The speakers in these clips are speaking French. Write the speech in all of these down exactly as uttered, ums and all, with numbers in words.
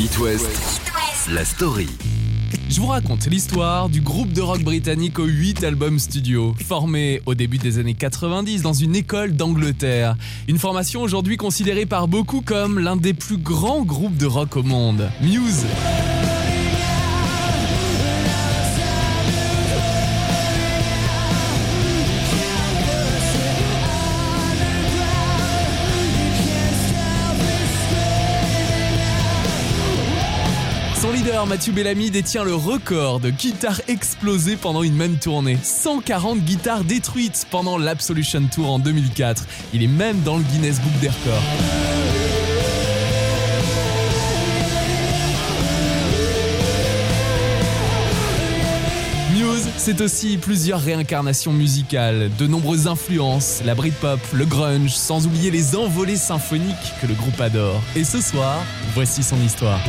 It West, la story. Je vous raconte l'histoire du groupe de rock britannique aux huit albums studio, formé au début des années quatre-vingt-dix dans une école d'Angleterre. Une formation aujourd'hui considérée par beaucoup comme l'un des plus grands groupes de rock au monde, Muse. Son leader, Matthew Bellamy, détient le record de guitares explosées pendant une même tournée. cent quarante guitares détruites pendant l'Absolution Tour en deux mille quatre. Il est même dans le Guinness Book des records. Muse, c'est aussi plusieurs réincarnations musicales, de nombreuses influences, la Britpop, le grunge, sans oublier les envolées symphoniques que le groupe adore. Et ce soir, voici son histoire.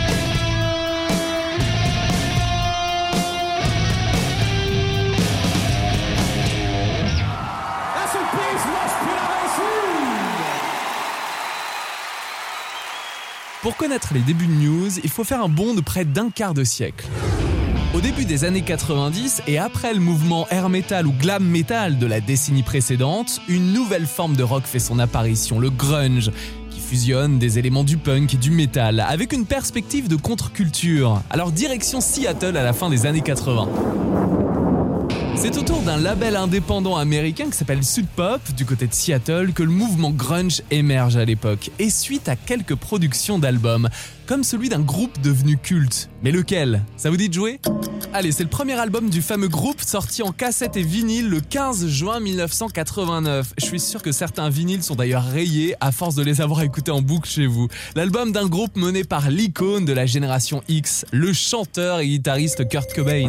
Pour connaître les débuts de Muse, il faut faire un bond de près d'un quart de siècle. Au début des années quatre-vingt-dix et après le mouvement air metal ou glam metal de la décennie précédente, une nouvelle forme de rock fait son apparition, le grunge, qui fusionne des éléments du punk et du metal avec une perspective de contre-culture. Alors direction Seattle à la fin des années quatre-vingts. C'est autour d'un label indépendant américain qui s'appelle Sud Pop, du côté de Seattle, que le mouvement grunge émerge à l'époque, et suite à quelques productions d'albums, comme celui d'un groupe devenu culte. Mais lequel ? Ça vous dit de jouer ? Allez, c'est le premier album du fameux groupe, sorti en cassette et vinyle le quinze juin mille neuf cent quatre-vingt-neuf. Je suis sûr que certains vinyles sont d'ailleurs rayés à force de les avoir écoutés en boucle chez vous. L'album d'un groupe mené par l'icône de la génération X, le chanteur et guitariste Kurt Cobain.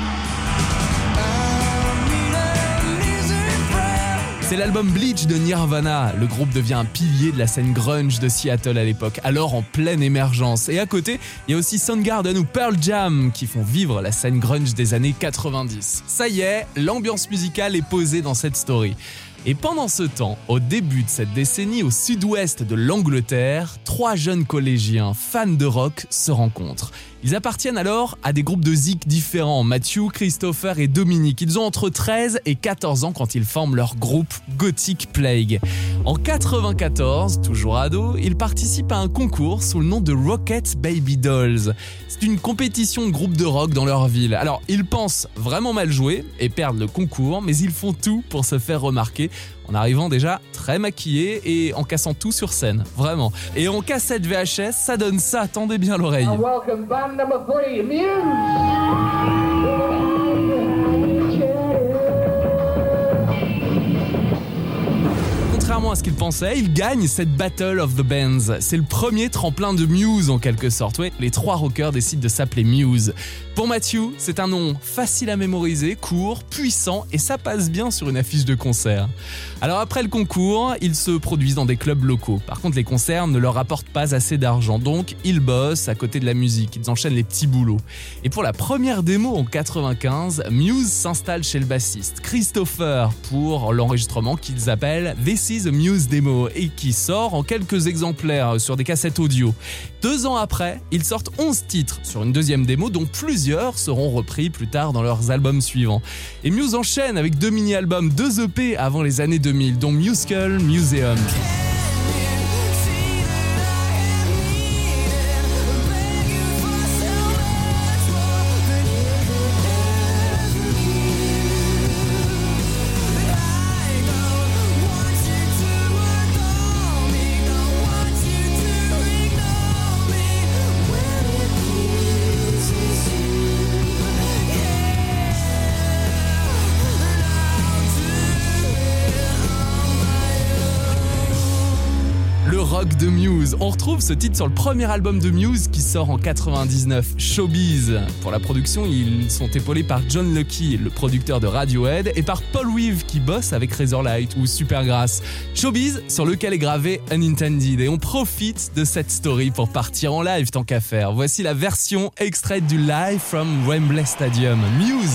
C'est l'album Bleach de Nirvana. Le groupe devient un pilier de la scène grunge de Seattle à l'époque, alors en pleine émergence. Et à côté, il y a aussi Soundgarden ou Pearl Jam qui font vivre la scène grunge des années quatre-vingt-dix. Ça y est, l'ambiance musicale est posée dans cette story. Et pendant ce temps, au début de cette décennie, au sud-ouest de l'Angleterre, trois jeunes collégiens fans de rock se rencontrent. Ils appartiennent alors à des groupes de zik différents, Matthew, Christopher et Dominic. Ils ont entre treize et quatorze ans quand ils forment leur groupe Gothic Plague. En quatre-vingt-quatorze, toujours ados, ils participent à un concours sous le nom de Rocket Baby Dolls. C'est une compétition de groupes de rock dans leur ville. Alors, ils pensent vraiment mal jouer et perdent le concours, mais ils font tout pour se faire remarquer en arrivant déjà très maquillés et en cassant tout sur scène, vraiment. Et en cassette V H S, ça donne ça, tendez bien l'oreille. And welcome band number three, Muse! Contrairement à ce qu'ils pensaient, ils gagnent cette Battle of the Bands. C'est le premier tremplin de Muse en quelque sorte. Ouais, les trois rockers décident de s'appeler Muse. Pour Matthew, c'est un nom facile à mémoriser, court, puissant et ça passe bien sur une affiche de concert. Alors après le concours, ils se produisent dans des clubs locaux. Par contre, les concerts ne leur rapportent pas assez d'argent, donc ils bossent à côté de la musique. Ils enchaînent les petits boulots. Et pour la première démo en quatre-vingt-quinze, Muse s'installe chez le bassiste Christopher pour l'enregistrement qu'ils appellent This is a Muse Demo et qui sort en quelques exemplaires sur des cassettes audio. Deux ans après, ils sortent onze titres sur une deuxième démo dont plusieurs seront repris plus tard dans leurs albums suivants. Et Muse enchaîne avec deux mini-albums, deux E P avant les années deux mille, dont Musical Museum. Rock de Muse. On retrouve ce titre sur le premier album de Muse qui sort en quatre-vingt-dix-neuf, Showbiz. Pour la production, ils sont épaulés par John Lucky, le producteur de Radiohead, et par Paul Weave qui bosse avec Razorlight ou Supergrass. Showbiz sur lequel est gravé Unintended. Et on profite de cette story pour partir en live tant qu'à faire. Voici la version extraite du Live from Wembley Stadium. Muse.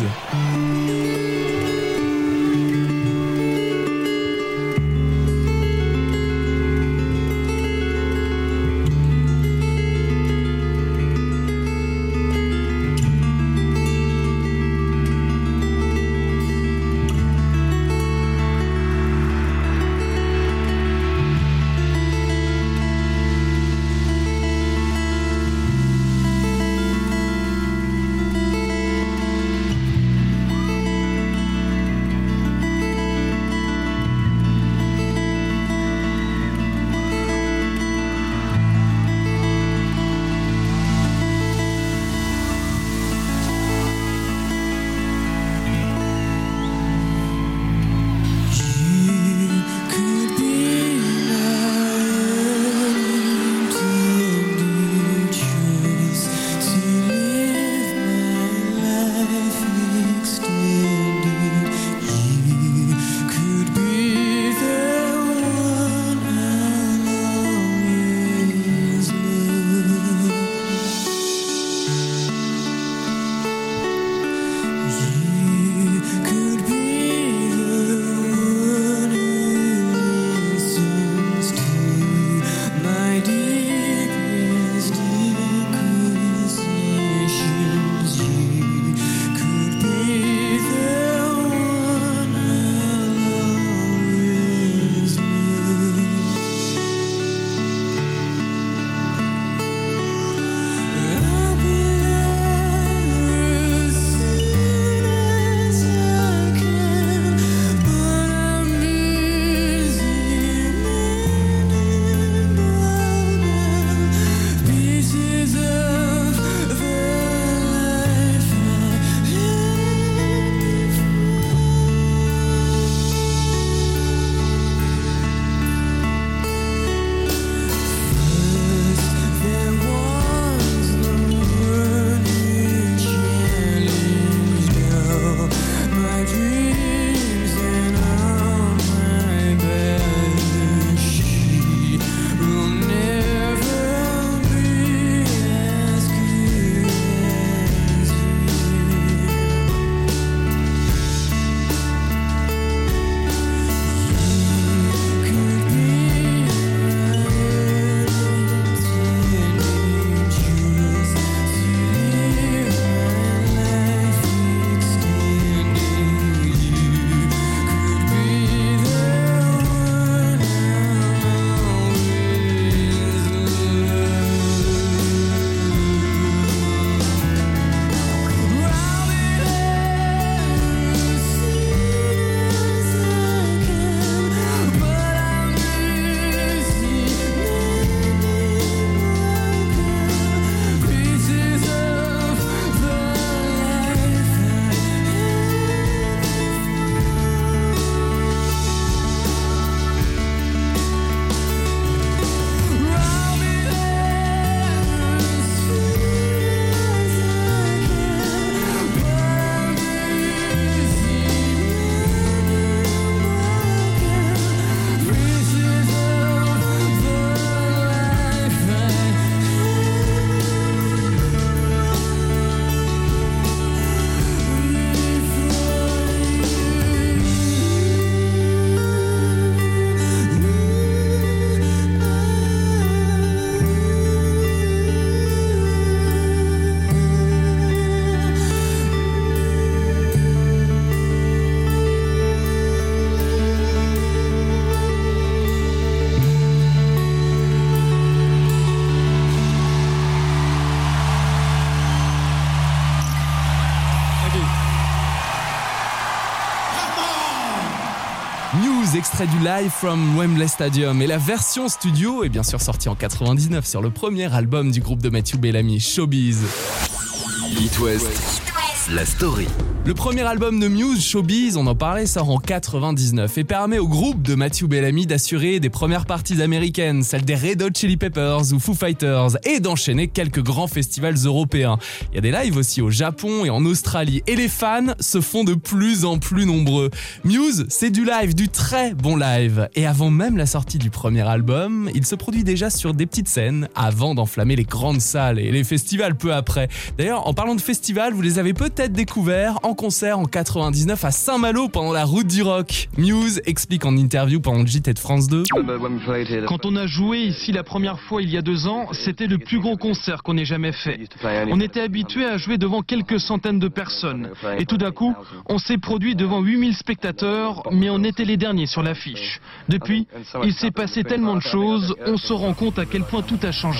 Muse, extrait du Live from Wembley Stadium. Et la version studio est bien sûr sortie en quatre-vingt-dix-neuf sur le premier album du groupe de Matthew Bellamy, Showbiz. It West, la story. Le premier album de Muse, Showbiz, on en parlait, sort en quatre-vingt-dix-neuf et permet au groupe de Matthew Bellamy d'assurer des premières parties américaines, celles des Red Hot Chili Peppers ou Foo Fighters, et d'enchaîner quelques grands festivals européens. Il y a des lives aussi au Japon et en Australie, et les fans se font de plus en plus nombreux. Muse, c'est du live, du très bon live. Et avant même la sortie du premier album, il se produit déjà sur des petites scènes avant d'enflammer les grandes salles et les festivals peu après. D'ailleurs, en parlant de festivals, vous les avez peut-être découverts en concert en quatre-vingt-dix-neuf à Saint-Malo pendant la Route du Rock. Muse explique en interview pendant le J T de France deux. Quand on a joué ici la première fois il y a deux ans, c'était le plus gros concert qu'on ait jamais fait. On était habitué à jouer devant quelques centaines de personnes. Et tout d'un coup, on s'est produit devant huit mille spectateurs, mais on était les derniers sur l'affiche. Depuis, il s'est passé tellement de choses, on se rend compte à quel point tout a changé.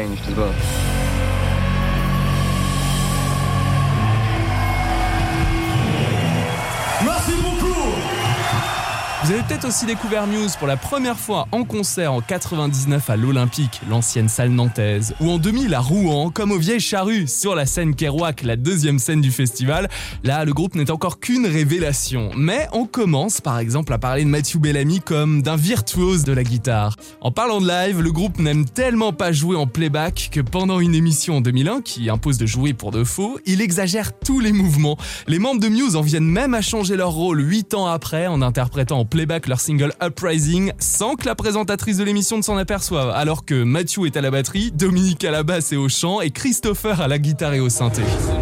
Merci beaucoup. Vous avez peut-être aussi découvert Muse pour la première fois en concert en quatre-vingt-dix-neuf à l'Olympique, l'ancienne salle nantaise, ou en deux mille à Rouen, comme aux Vieilles Charrues, sur la scène Kerouac, la deuxième scène du festival. Là, le groupe n'est encore qu'une révélation. Mais on commence par exemple à parler de Matthew Bellamy comme d'un virtuose de la guitare. En parlant de live, le groupe n'aime tellement pas jouer en playback que pendant une émission en deux mille un, qui impose de jouer pour de faux, il exagère tous les mouvements. Les membres de Muse en viennent même à changer leur rôle huit ans après en interprétant en playback leur single Uprising sans que la présentatrice de l'émission ne s'en aperçoive, alors que Matthew est à la batterie, Dominique à la basse et au chant et Christopher à la guitare et au synthé.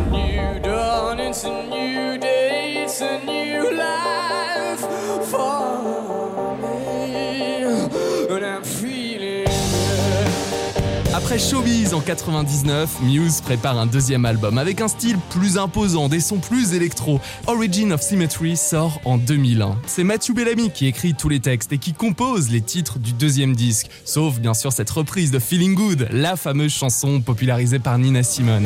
Après Showbiz en quatre-vingt-dix-neuf, Muse prépare un deuxième album avec un style plus imposant, des sons plus électro. Origin of Symmetry sort en deux mille un. C'est Matthew Bellamy qui écrit tous les textes et qui compose les titres du deuxième disque, sauf bien sûr cette reprise de Feeling Good, la fameuse chanson popularisée par Nina Simone.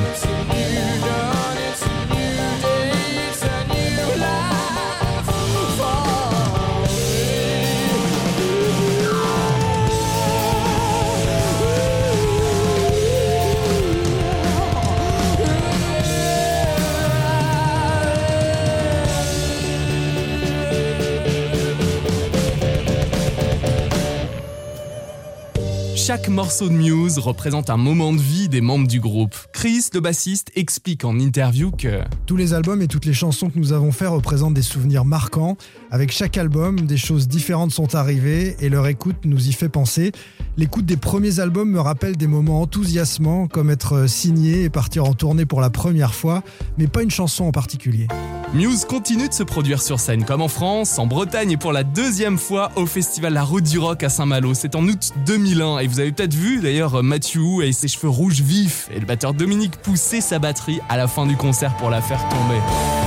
Chaque morceau de Muse représente un moment de vie des membres du groupe. Chris, le bassiste, explique en interview que tous les albums et toutes les chansons que nous avons fait représentent des souvenirs marquants. Avec chaque album, des choses différentes sont arrivées et leur écoute nous y fait penser. L'écoute des premiers albums me rappelle des moments enthousiasmants, comme être signé et partir en tournée pour la première fois, mais pas une chanson en particulier. Muse continue de se produire sur scène, comme en France, en Bretagne et pour la deuxième fois au festival La Route du Rock à Saint-Malo. C'est en août deux mille un et vous avez peut-être vu d'ailleurs Matthew et ses cheveux rouges vifs et le batteur Dominique pousser sa batterie à la fin du concert pour la faire tomber.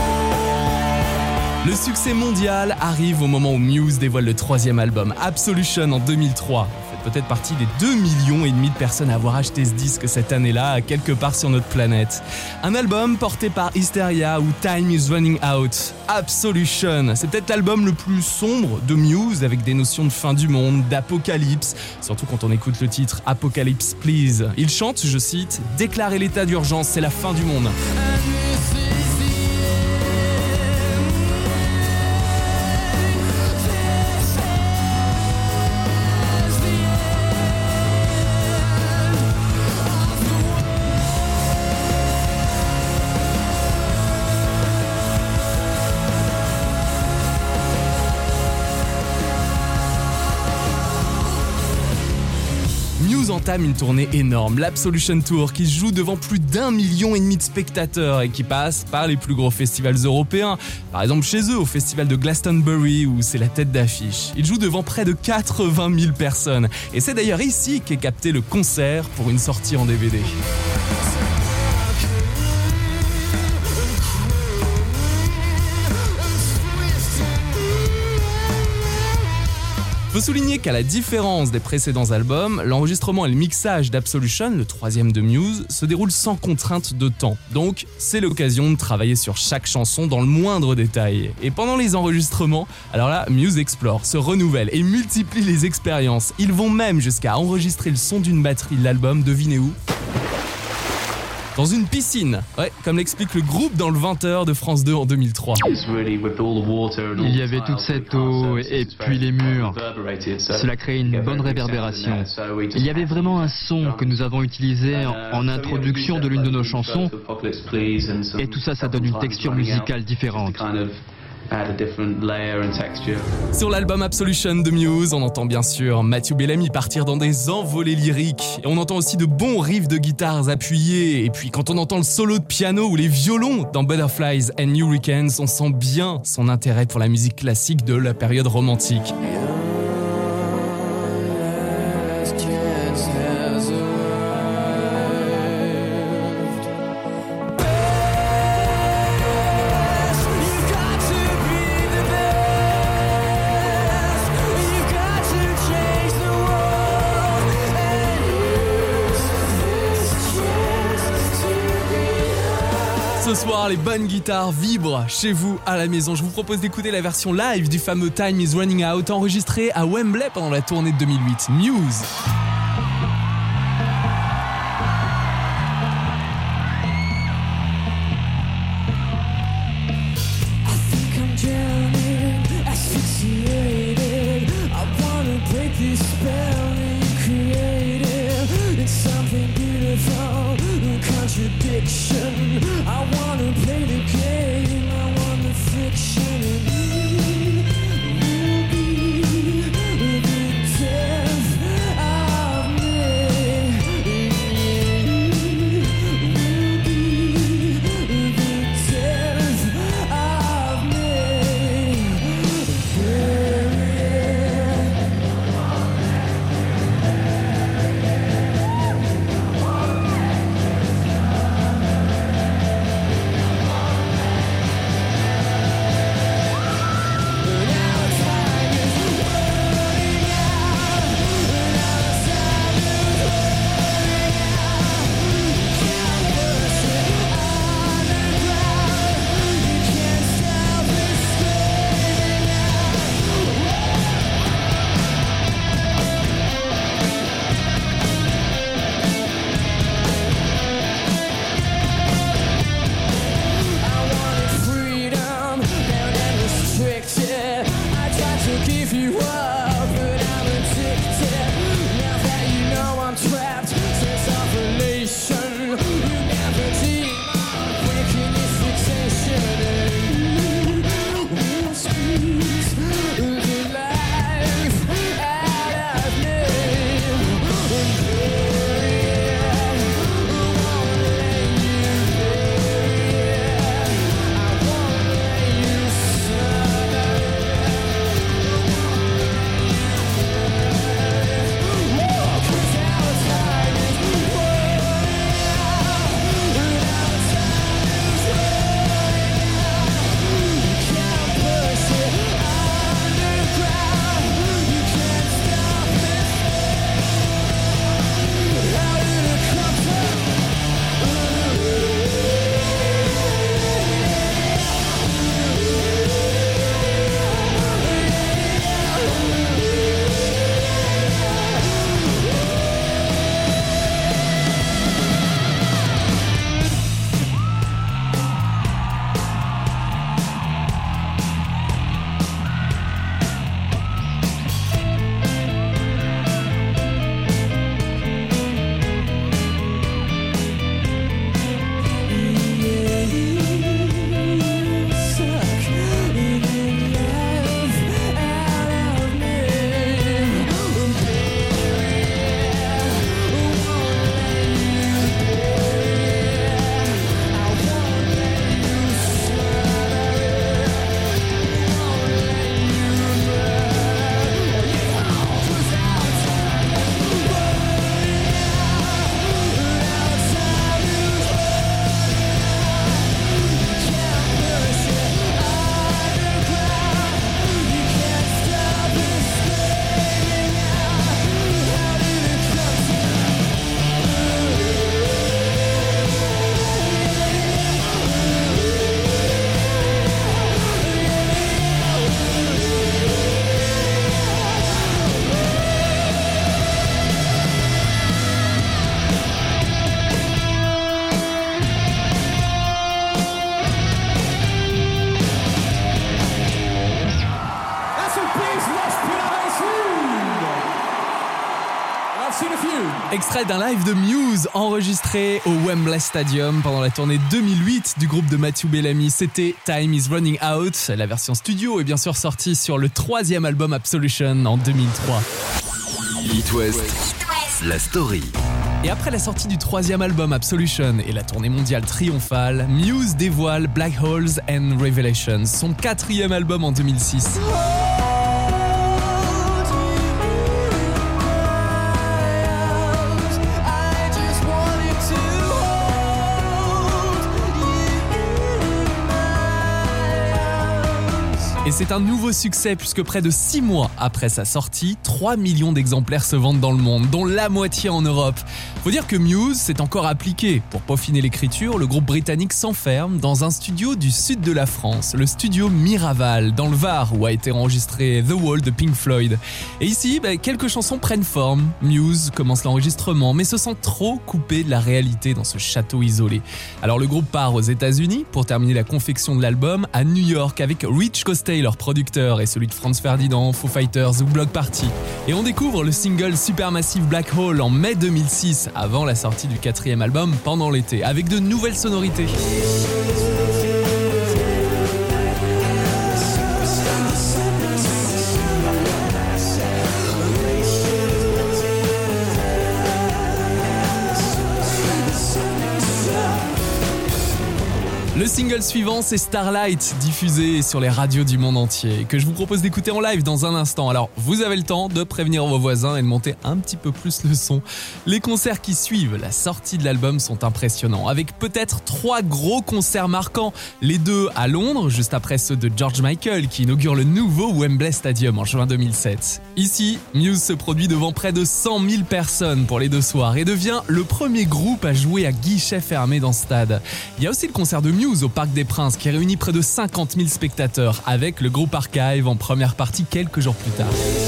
Le succès mondial arrive au moment où Muse dévoile le troisième album, Absolution, en deux mille trois. Vous faites peut-être partie des deux millions et demi de personnes à avoir acheté ce disque cette année-là, quelque part sur notre planète. Un album porté par Hysteria ou Time is Running Out. Absolution, c'est peut-être l'album le plus sombre de Muse, avec des notions de fin du monde, d'apocalypse, surtout quand on écoute le titre Apocalypse Please. Il chante, je cite, « Déclarer l'état d'urgence, c'est la fin du monde ». Muse entame une tournée énorme, l'Absolution Tour, qui se joue devant plus d'un million et demi de spectateurs et qui passe par les plus gros festivals européens. Par exemple chez eux, au festival de Glastonbury, où c'est la tête d'affiche. Ils jouent devant près de quatre-vingt mille personnes. Et c'est d'ailleurs ici qu'est capté le concert pour une sortie en D V D. Faut souligner qu'à la différence des précédents albums, l'enregistrement et le mixage d'Absolution, le troisième de Muse, se déroulent sans contrainte de temps. Donc, c'est l'occasion de travailler sur chaque chanson dans le moindre détail. Et pendant les enregistrements, alors là, Muse explore, se renouvelle et multiplie les expériences. Ils vont même jusqu'à enregistrer le son d'une batterie de l'album, devinez où ? Dans une piscine, ouais, comme l'explique le groupe dans le vingt heures de France deux en deux mille trois. Il y avait toute cette eau et puis les murs. Cela crée une bonne réverbération. Il y avait vraiment un son que nous avons utilisé en introduction de l'une de nos chansons. Et tout ça, ça donne une texture musicale différente. Sur l'album Absolution de Muse, on entend bien sûr Matthew Bellamy partir dans des envolées lyriques. Et on entend aussi de bons riffs de guitares appuyés. Et puis quand on entend le solo de piano ou les violons dans Butterflies and Hurricanes, on sent bien son intérêt pour la musique classique de la période romantique. Ce soir, les bonnes guitares vibrent chez vous à la maison. Je vous propose d'écouter la version live du fameux Time is Running Out enregistré à Wembley pendant la tournée de deux mille huit. Muse. I wanna play the game, I want the fiction in me. Will be the death of me. Will be the death of me. Extrait d'un live de Muse enregistré au Wembley Stadium pendant la tournée deux mille huit du groupe de Matthew Bellamy. C'était Time is Running Out. La version studio est bien sûr sortie sur le troisième album Absolution en deux mille trois. It West, la story. Et après la sortie du troisième album Absolution et la tournée mondiale triomphale, Muse dévoile Black Holes and Revelations, son quatrième album en deux mille six. Et c'est un nouveau succès puisque près de six mois après sa sortie, trois millions d'exemplaires se vendent dans le monde, dont la moitié en Europe. Faut dire que Muse s'est encore appliqué. Pour peaufiner l'écriture, le groupe britannique s'enferme dans un studio du sud de la France, le studio Miraval, dans le Var, où a été enregistré The Wall de Pink Floyd. Et ici, bah, quelques chansons prennent forme. Muse commence l'enregistrement, mais se sent trop coupé de la réalité dans ce château isolé. Alors le groupe part aux États-Unis pour terminer la confection de l'album à New York avec Rich Costey, leur producteur, et celui de Franz Ferdinand, Foo Fighters ou Bloc Party. Et on découvre le single Supermassive Black Hole en mai deux mille six, avant la sortie du quatrième album pendant l'été, avec de nouvelles sonorités. Le single suivant, c'est Starlight, diffusé sur les radios du monde entier, que je vous propose d'écouter en live dans un instant. Alors, vous avez le temps de prévenir vos voisins et de monter un petit peu plus le son. Les concerts qui suivent la sortie de l'album sont impressionnants, avec peut-être trois gros concerts marquants. Les deux à Londres, juste après ceux de George Michael, qui inaugure le nouveau Wembley Stadium en juin deux mille sept. Ici, Muse se produit devant près de cent mille personnes pour les deux soirs et devient le premier groupe à jouer à guichet fermé dans ce stade. Il y a aussi le concert de Muse au Parc des Princes qui réunit près de cinquante mille spectateurs avec le groupe Archive en première partie quelques jours plus tard.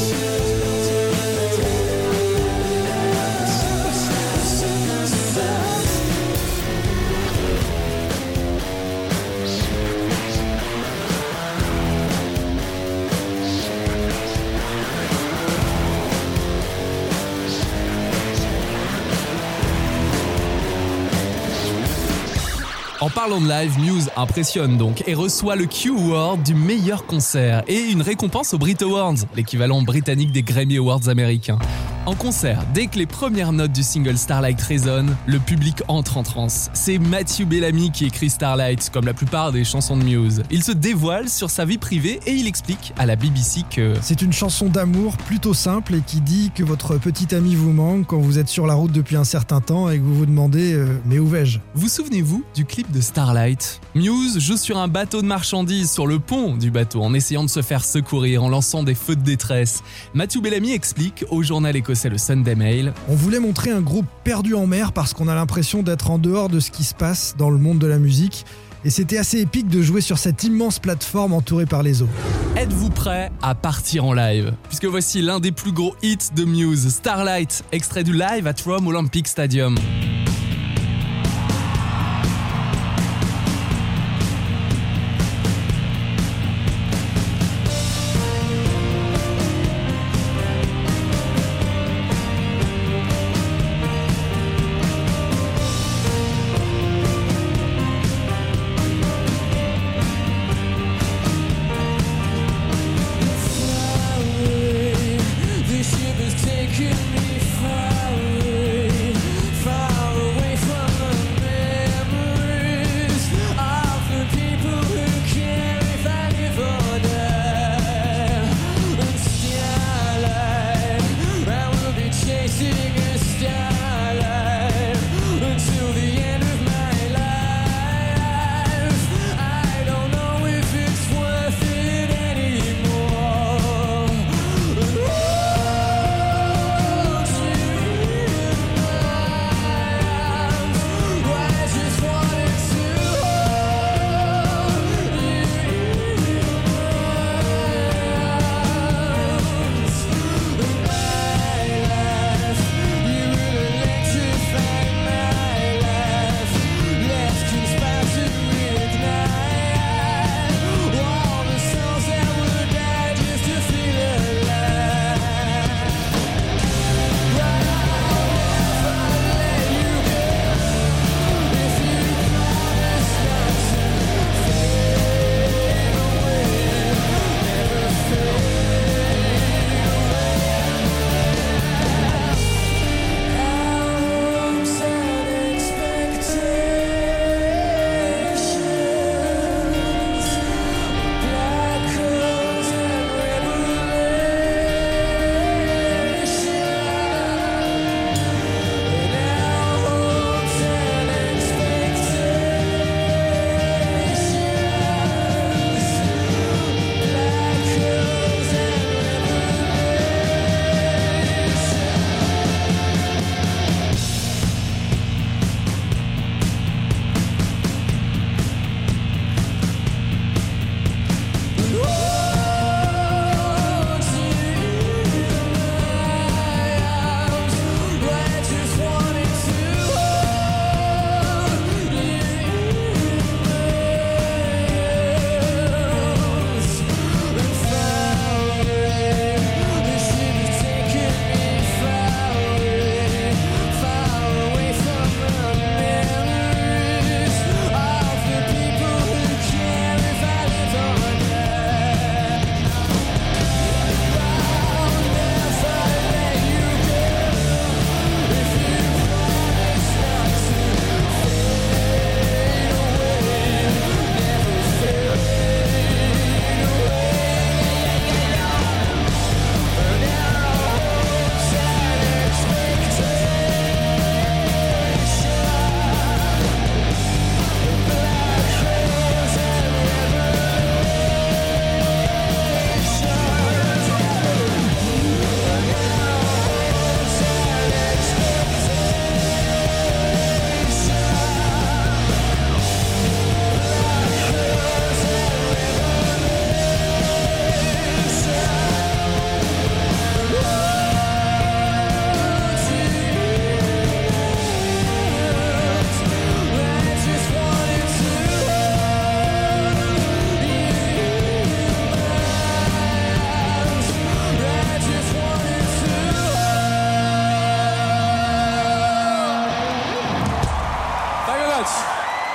En parlant de live, Muse impressionne donc et reçoit le Q Award du meilleur concert et une récompense aux Brit Awards, l'équivalent britannique des Grammy Awards américains. En concert, dès que les premières notes du single Starlight résonnent, le public entre en transe. C'est Matthew Bellamy qui écrit Starlight, comme la plupart des chansons de Muse. Il se dévoile sur sa vie privée et il explique à la B B C que c'est une chanson d'amour plutôt simple et qui dit que votre petit ami vous manque quand vous êtes sur la route depuis un certain temps et que vous vous demandez euh, « mais où vais-je » Vous souvenez-vous du clip de Starlight ? Muse joue sur un bateau de marchandises sur le pont du bateau en essayant de se faire secourir, en lançant des feux de détresse. Matthew Bellamy explique au journal écossais le Sunday Mail: on voulait montrer un groupe perdu en mer parce qu'on a l'impression d'être en dehors de ce qui se passe dans le monde de la musique. Et c'était assez épique de jouer sur cette immense plateforme entourée par les eaux. Êtes-vous prêts à partir en live ? Puisque voici l'un des plus gros hits de Muse, Starlight, extrait du live at Rome Olympic Stadium. This ship is taking me far away, far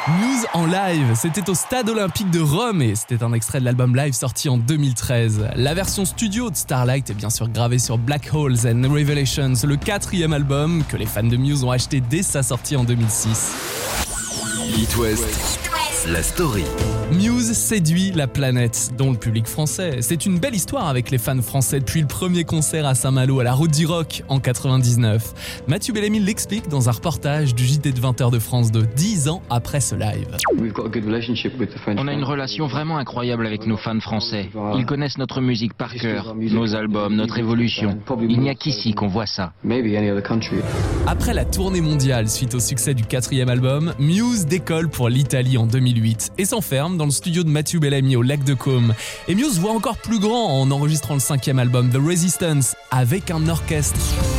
Muse en live, c'était au Stade Olympique de Rome et c'était un extrait de l'album live sorti en deux mille treize. La version studio de Starlight est bien sûr gravée sur Black Holes and Revelations, le quatrième album que les fans de Muse ont acheté dès sa sortie en deux mille six. It West, la story. Muse séduit la planète, dont le public français. C'est une belle histoire avec les fans français depuis le premier concert à Saint-Malo à la Route du Rock en quatre-vingt-dix-neuf. Mathieu Bellamy l'explique dans un reportage du J T de vingt heures de France deux, dix ans après ce live. On a une relation vraiment incroyable avec nos fans français. Ils connaissent notre musique par cœur, nos albums, notre évolution. Il n'y a qu'ici qu'on voit ça. Après la tournée mondiale suite au succès du quatrième album, Muse décolle pour l'Italie en deux mille huit et s'enferme dans le studio de Mathieu Bellamy au lac de Côme. Et Muse voit encore plus grand en enregistrant le cinquième album The Resistance avec un orchestre.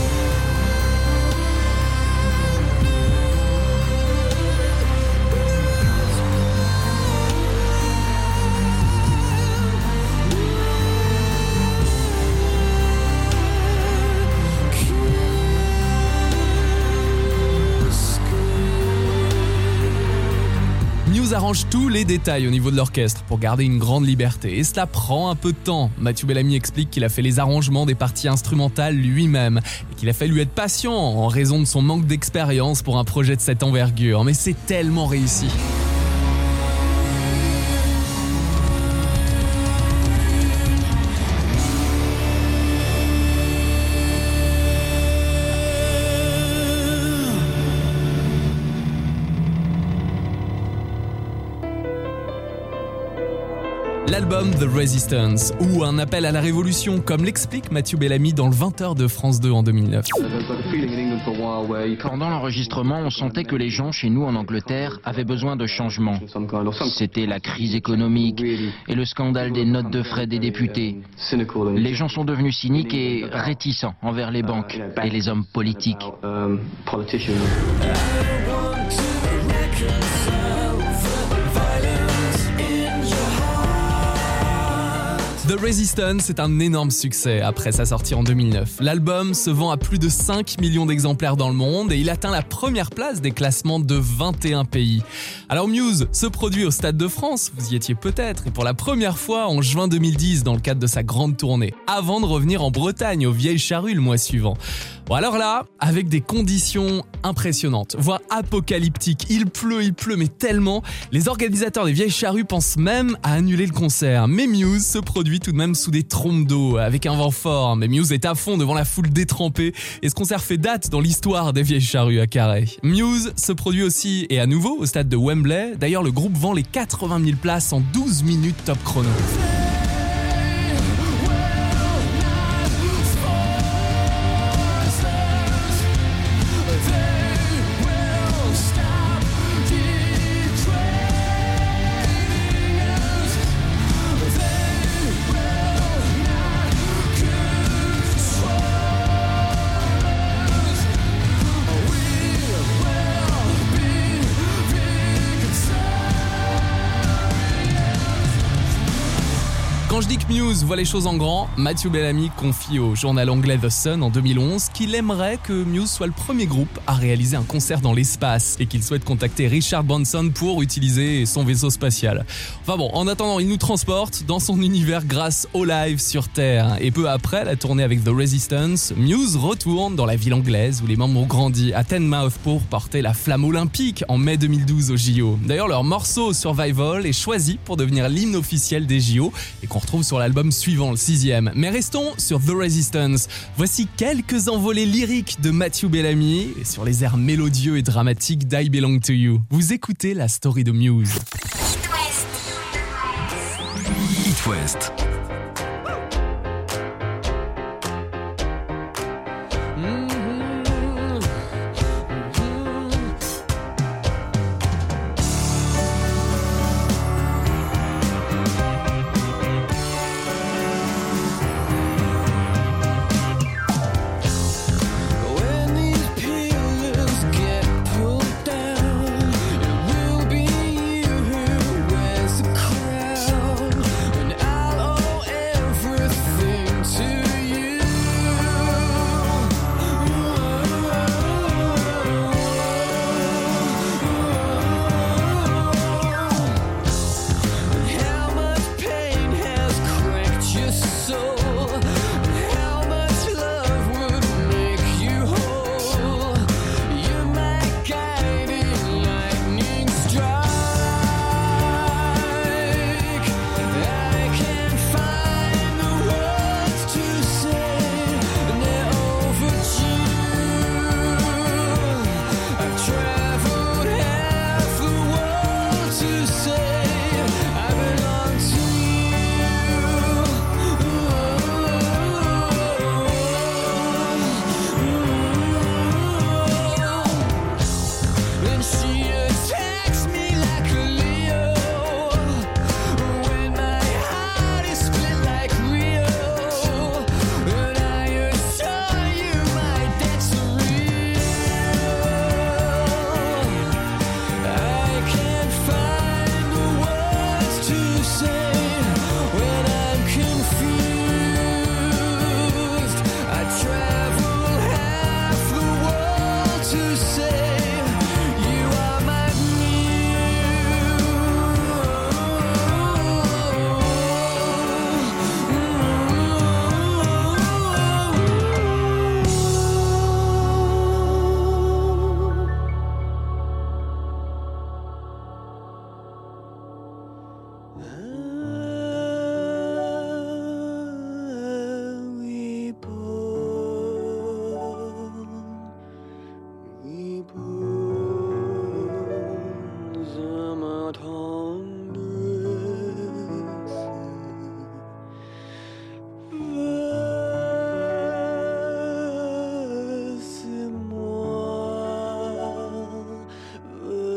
Muse arrange tous les détails au niveau de l'orchestre pour garder une grande liberté et cela prend un peu de temps. Mathieu Bellamy explique qu'il a fait les arrangements des parties instrumentales lui-même et qu'il a fallu être patient en raison de son manque d'expérience pour un projet de cette envergure, mais c'est tellement réussi. L'album The Resistance, ou un appel à la révolution, comme l'explique Mathieu Bellamy dans le vingt heures de France deux en deux mille neuf. Pendant l'enregistrement, on sentait que les gens chez nous en Angleterre avaient besoin de changements. C'était la crise économique et le scandale des notes de frais des députés. Les gens sont devenus cyniques et réticents envers les banques et les hommes politiques. The Resistance est un énorme succès après sa sortie en deux mille neuf. L'album se vend à plus de cinq millions d'exemplaires dans le monde et il atteint la première place des classements de vingt et un pays. Alors Muse se produit au Stade de France, vous y étiez peut-être, et pour la première fois en juin deux mille dix dans le cadre de sa grande tournée, avant de revenir en Bretagne aux Vieilles Charrues le mois suivant. Bon alors là, avec des conditions impressionnantes, voire apocalyptiques, il pleut, il pleut, mais tellement, les organisateurs des Vieilles Charrues pensent même à annuler le concert. Mais Muse se produit tout de même sous des trompes d'eau, avec un vent fort. Mais Muse est à fond devant la foule détrempée, et ce concert fait date dans l'histoire des Vieilles Charrues à Carhaix. Muse se produit aussi, et à nouveau, au stade de Wembley. D'ailleurs, le groupe vend les quatre-vingt mille places en douze minutes top chrono. Quand je dis que Muse voit les choses en grand, Mathieu Bellamy confie au journal anglais The Sun en deux mille onze qu'il aimerait que Muse soit le premier groupe à réaliser un concert dans l'espace et qu'il souhaite contacter Richard Branson pour utiliser son vaisseau spatial. Enfin bon, en attendant, il nous transporte dans son univers grâce au live sur Terre. Et peu après la tournée avec The Resistance, Muse retourne dans la ville anglaise où les membres ont grandi à Teignmouth pour porter la flamme olympique en mai deux mille douze aux J O. D'ailleurs, leur morceau Survival est choisi pour devenir l'hymne officiel des J O et qu'on retrouve sur l'album suivant, le sixième. Mais restons sur The Resistance. Voici quelques envolées lyriques de Mathieu Bellamy et sur les airs mélodieux et dramatiques d'I Belong to You. Vous écoutez la story de Muse. It West. Crown, and I'll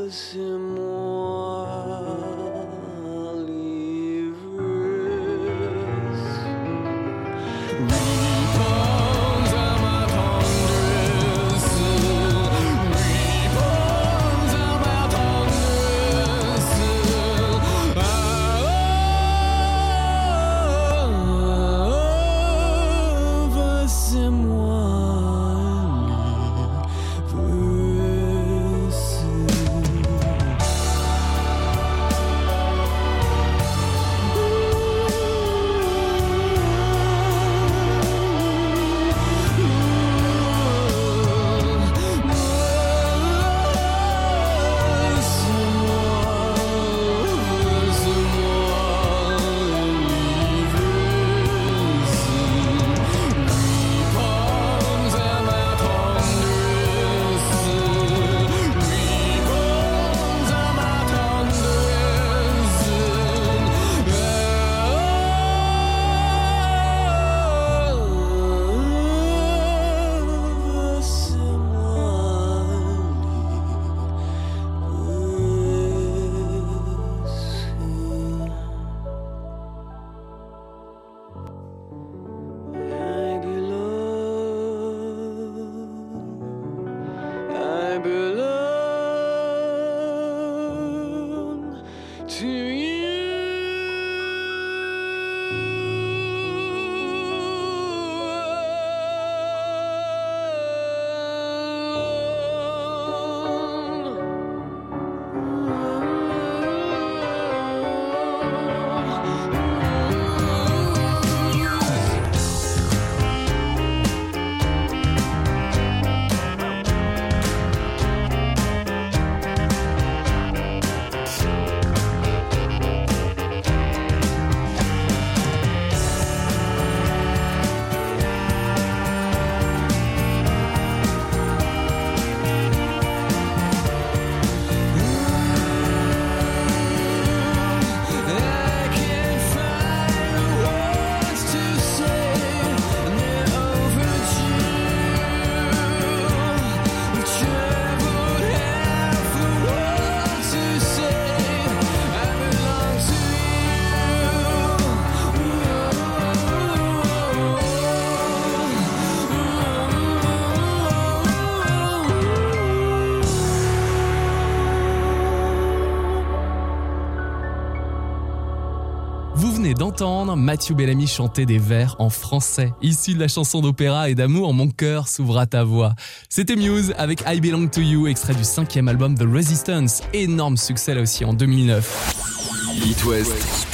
Vous venez d'entendre Matthew Bellamy chanter des vers en français, issus de la chanson d'opéra et d'amour Mon cœur s'ouvre à ta voix. C'était Muse avec I Belong to You, extrait du cinquième album The Resistance, énorme succès là aussi en deux mille neuf. It West,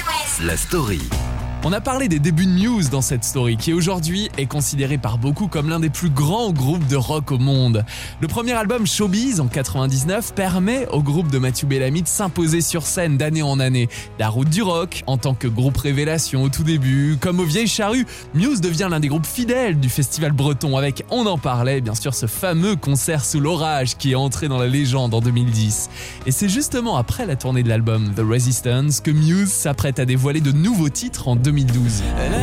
la story. On a parlé des débuts de Muse dans cette story qui aujourd'hui est considéré par beaucoup comme l'un des plus grands groupes de rock au monde. Le premier album Showbiz en quatre-vingt-dix-neuf permet au groupe de Matthew Bellamy de s'imposer sur scène d'année en année. La route du rock en tant que groupe révélation au tout début, comme aux Vieilles Charrues, Muse devient l'un des groupes fidèles du festival breton avec, on en parlait bien sûr, ce fameux concert sous l'orage qui est entré dans la légende en deux mille dix. Et c'est justement après la tournée de l'album The Resistance que Muse s'apprête à dévoiler de nouveaux titres en deux mille douze.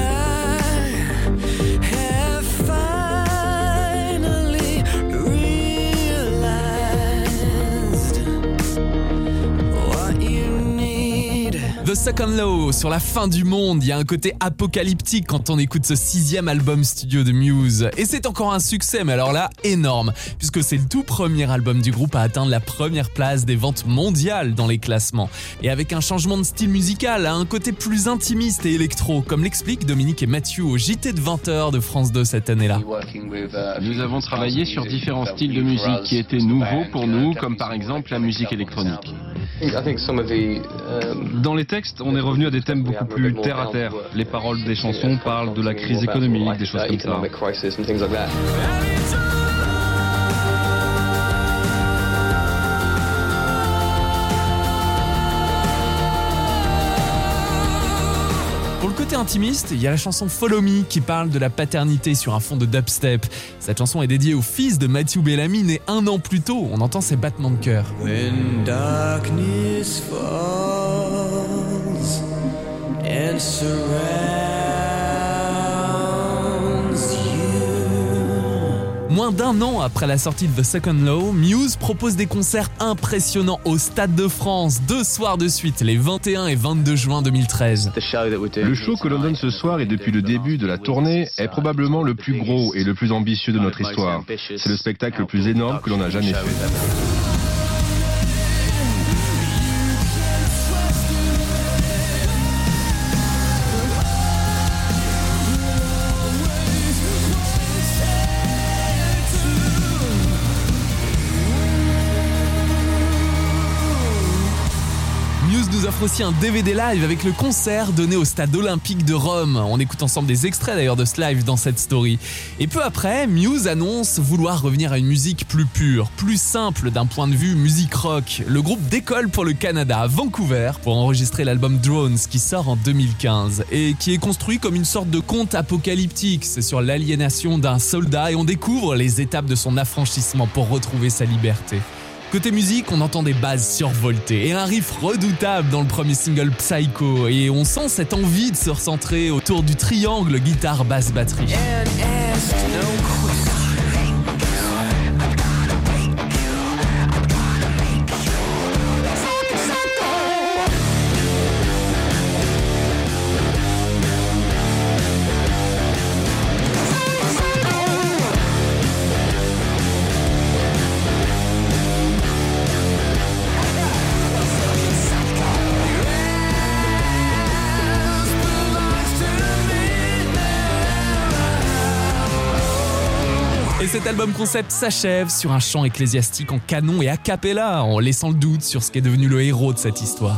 The Second Law, sur la fin du monde, il y a un côté apocalyptique quand on écoute ce sixième album studio de Muse. Et c'est encore un succès, mais alors là, énorme, puisque c'est le tout premier album du groupe à atteindre la première place des ventes mondiales dans les classements. Et avec un changement de style musical, à un côté plus intimiste et électro, comme l'expliquent Dominique et Mathieu au J T de vingt heures de France deux cette année-là. Nous avons travaillé sur différents styles de musique qui étaient nouveaux pour nous, comme par exemple la musique électronique. Dans les textes, on est revenu à des thèmes beaucoup plus terre à terre. Les paroles des chansons parlent de la crise économique, des choses comme ça. Pour le côté intimiste, il y a la chanson Follow Me qui parle de la paternité sur un fond de dubstep. Cette chanson est dédiée au fils de Matthew Bellamy, né un an plus tôt. On entend ses battements de cœur. When darkness falls and surrounds you. Moins d'un an après la sortie de The Second Law, Muse propose des concerts impressionnants au Stade de France, deux soirs de suite, les vingt et un et vingt-deux juin deux mille treize. Le show que l'on donne ce soir et depuis le début de la tournée est probablement le plus gros et le plus ambitieux de notre histoire. C'est le spectacle le plus énorme que l'on a jamais fait. Muse nous offre aussi un D V D live avec le concert donné au stade olympique de Rome. On écoute ensemble des extraits d'ailleurs de ce live dans cette story. Et peu après, Muse annonce vouloir revenir à une musique plus pure, plus simple d'un point de vue musique rock. Le groupe décolle pour le Canada, à Vancouver, pour enregistrer l'album Drones qui sort en deux mille quinze et qui est construit comme une sorte de conte apocalyptique. C'est sur l'aliénation d'un soldat et on découvre les étapes de son affranchissement pour retrouver sa liberté. Côté musique, on entend des basses survoltées et un riff redoutable dans le premier single Psycho, et on sent cette envie de se recentrer autour du triangle guitare basse batterie. Et cet album concept s'achève sur un chant ecclésiastique en canon et a cappella, en laissant le doute sur ce qu'est devenu le héros de cette histoire.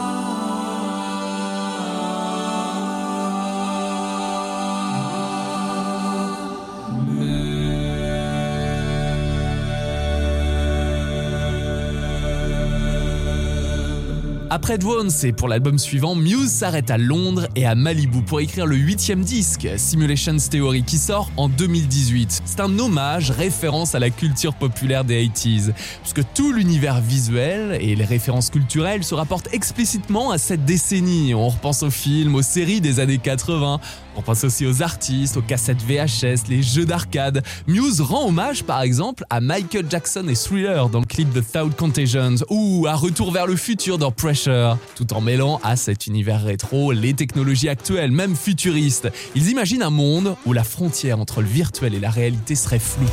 Après Drones et pour l'album suivant, Muse s'arrête à Londres et à Malibu pour écrire le huitième disque, Simulations Theory, qui sort en deux mille dix-huit. C'est un hommage, référence à la culture populaire des quatre-vingt-dix, puisque tout l'univers visuel et les références culturelles se rapportent explicitement à cette décennie. On repense aux films, aux séries des années quatre-vingts, on pense aussi aux artistes, aux cassettes V H S, les jeux d'arcade. Muse rend hommage par exemple à Michael Jackson et Thriller dans le clip de Thought Contagions, ou à Retour vers le futur dans Pressure, tout en mêlant à cet univers rétro les technologies actuelles, même futuristes. Ils imaginent un monde où la frontière entre le virtuel et la réalité serait floue.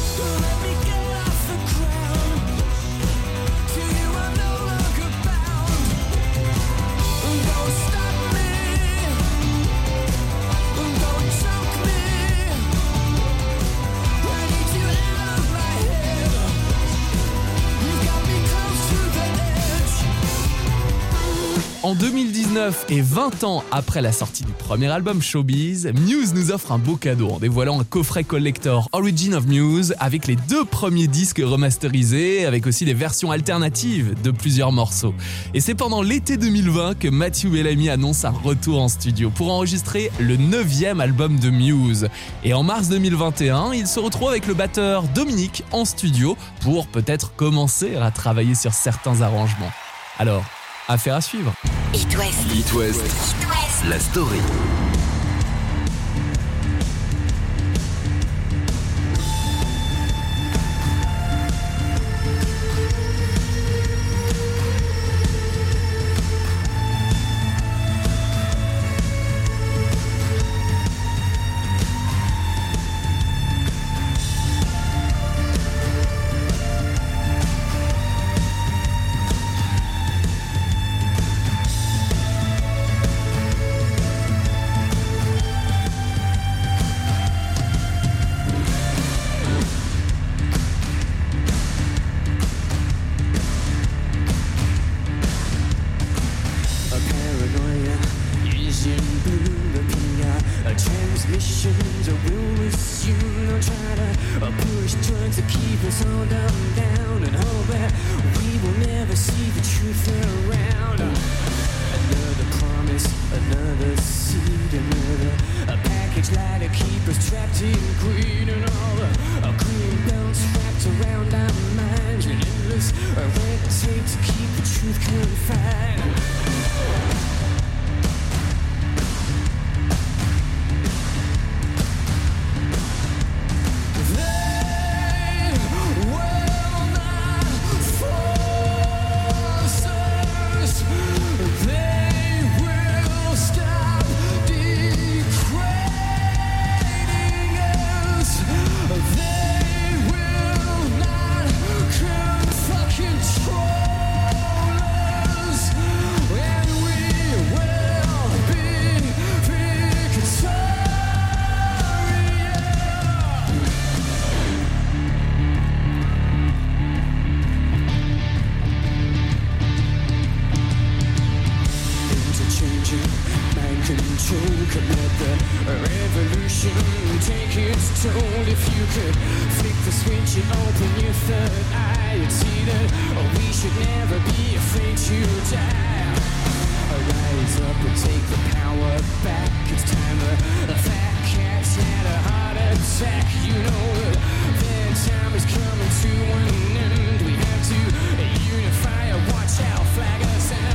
En deux mille dix-neuf et vingt ans après la sortie du premier album Showbiz, Muse nous offre un beau cadeau en dévoilant un coffret collector Origin of Muse avec les deux premiers disques remasterisés, avec aussi des versions alternatives de plusieurs morceaux. Et c'est pendant l'été deux mille vingt que Matthew Bellamy annonce un retour en studio pour enregistrer le neuvième album de Muse. Et en mars deux mille vingt et un, il se retrouve avec le batteur Dominique en studio pour peut-être commencer à travailler sur certains arrangements. Alors, affaire à suivre. It West. It West. La story. Transmissions will assume they'll try to push drugs to keep us all dumb down and hope that we will never see the truth around. Another promise, another seed, another a package lie to keep us trapped in greed, and all the a green belts wrapped around our minds, and endless red tape to keep the truth confined. stroke and let the revolution take its toll. If you could flick the switch and open your third eye, you'd see that oh, we should never be afraid to die. Rise up and take the power back. It's time the fat cat's had a heart attack. You know that their time is coming to an end. We have to unify, watch out, flag us in.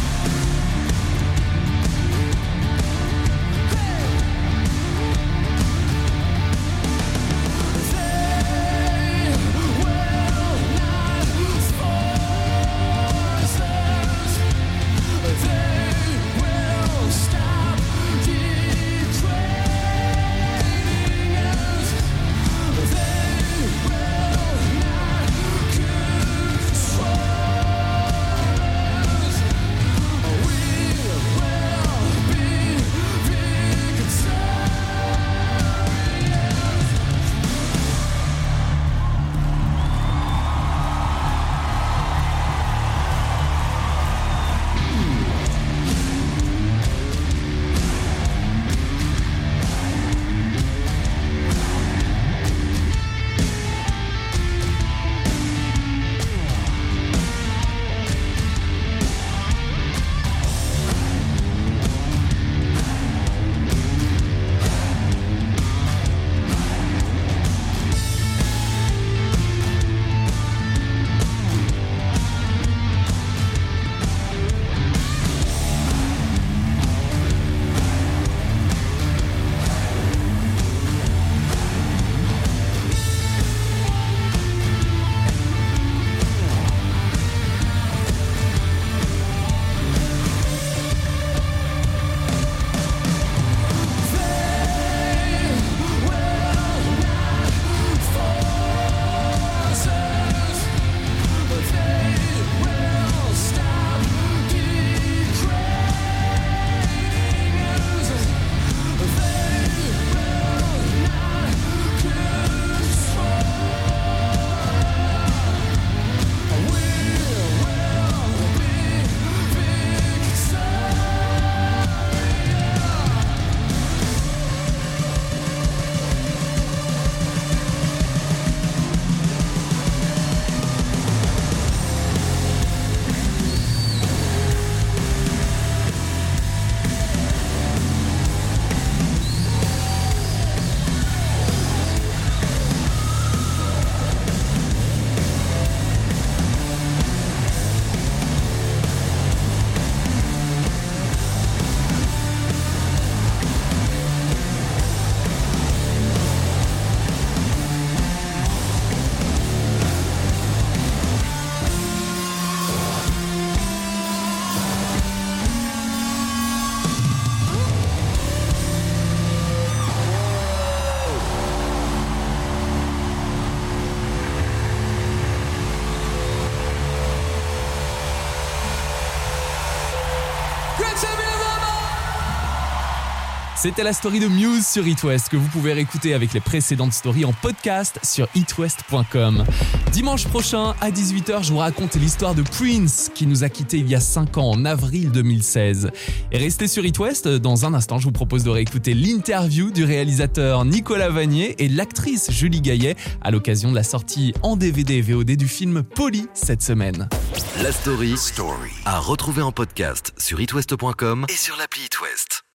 C'était la story de Muse sur It West que vous pouvez réécouter avec les précédentes stories en podcast sur it west point com. Dimanche prochain à dix-huit heures, je vous raconte l'histoire de Prince qui nous a quittés il y a cinq ans en avril deux mille seize. Et restez sur It West, dans un instant je vous propose de réécouter l'interview du réalisateur Nicolas Vanier et l'actrice Julie Gaillet à l'occasion de la sortie en D V D et V O D du film Polly cette semaine. La story, story. à retrouver en podcast sur it west point com et sur l'appli It West.